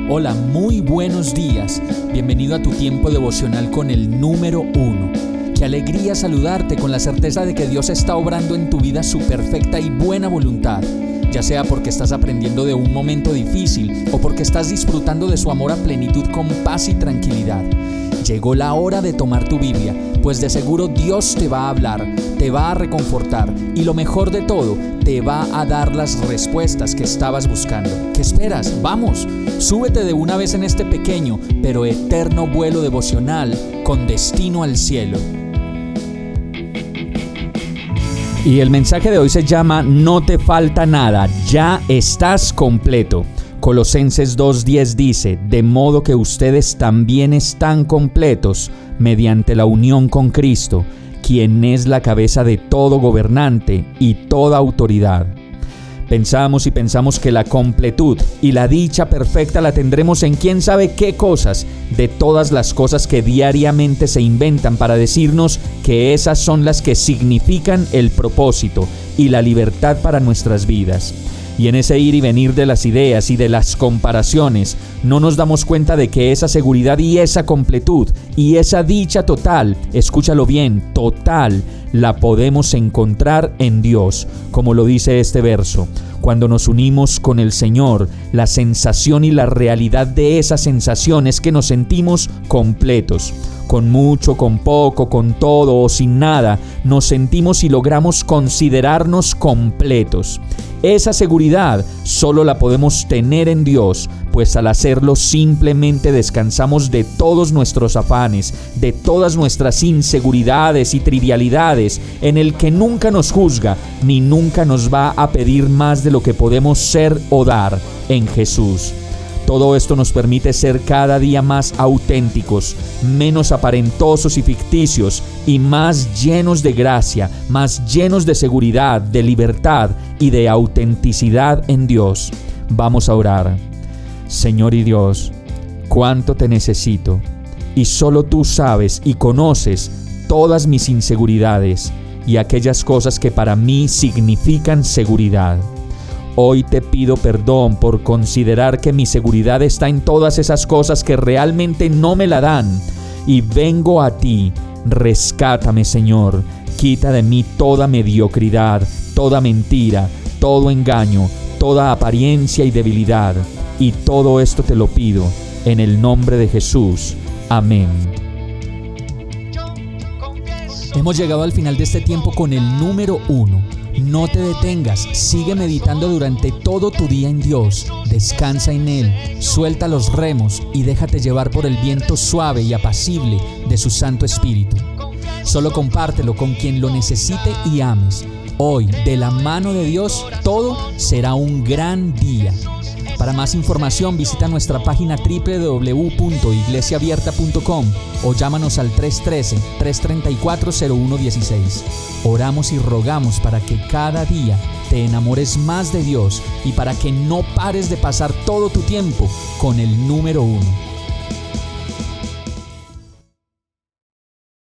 Hola, muy buenos días. Bienvenido a tu tiempo devocional con el número 1. Qué alegría saludarte con la certeza de que Dios está obrando en tu vida su perfecta y buena voluntad, ya sea porque estás aprendiendo de un momento difícil o porque estás disfrutando de su amor a plenitud con paz y tranquilidad. Llegó la hora de tomar tu Biblia, pues de seguro Dios te va a hablar, te va a reconfortar y lo mejor de todo, te va a dar las respuestas que estabas buscando. ¿Qué esperas? ¡Vamos! Súbete de una vez en este pequeño pero eterno vuelo devocional con destino al cielo. Y el mensaje de hoy se llama No te falta nada, ya estás completo. Colosenses 2:10 dice: de modo que ustedes también están completos mediante la unión con Cristo, quien es la cabeza de todo gobernante y toda autoridad. Pensamos que la completud y la dicha perfecta la tendremos en quién sabe qué cosas, de todas las cosas que diariamente se inventan para decirnos que esas son las que significan el propósito y la libertad para nuestras vidas. Y en ese ir y venir de las ideas y de las comparaciones, no nos damos cuenta de que esa seguridad y esa completud y esa dicha total, escúchalo bien, total, la podemos encontrar en Dios, como lo dice este verso. Cuando nos unimos con el Señor, la sensación y la realidad de esa sensación es que nos sentimos completos. Con mucho, con poco, con todo o sin nada, nos sentimos y logramos considerarnos completos. Esa seguridad solo la podemos tener en Dios, pues al hacerlo simplemente descansamos de todos nuestros afanes, de todas nuestras inseguridades y trivialidades, en el que nunca nos juzga, ni nunca nos va a pedir más de lo que podemos ser o dar en Jesús. Todo esto nos permite ser cada día más auténticos, menos aparentosos y ficticios, y más llenos de gracia, más llenos de seguridad, de libertad y de autenticidad en Dios. Vamos a orar. Señor y Dios, cuánto te necesito, y solo tú sabes y conoces todas mis inseguridades y aquellas cosas que para mí significan seguridad. Hoy te pido perdón por considerar que mi seguridad está en todas esas cosas que realmente no me la dan. Y vengo a ti, rescátame, Señor. Quita de mí toda mediocridad, toda mentira, todo engaño, toda apariencia y debilidad. Y todo esto te lo pido en el nombre de Jesús. Amén. Hemos llegado al final de este tiempo con el número 1. No te detengas, sigue meditando durante todo tu día en Dios, descansa en Él, suelta los remos y déjate llevar por el viento suave y apacible de su Santo Espíritu. Solo compártelo con quien lo necesite y ames. Hoy, de la mano de Dios, todo será un gran día. Para más información visita nuestra página www.iglesiaabierta.com o llámanos al 313-334-0116. Oramos y rogamos para que cada día te enamores más de Dios y para que no pares de pasar todo tu tiempo con el número 1.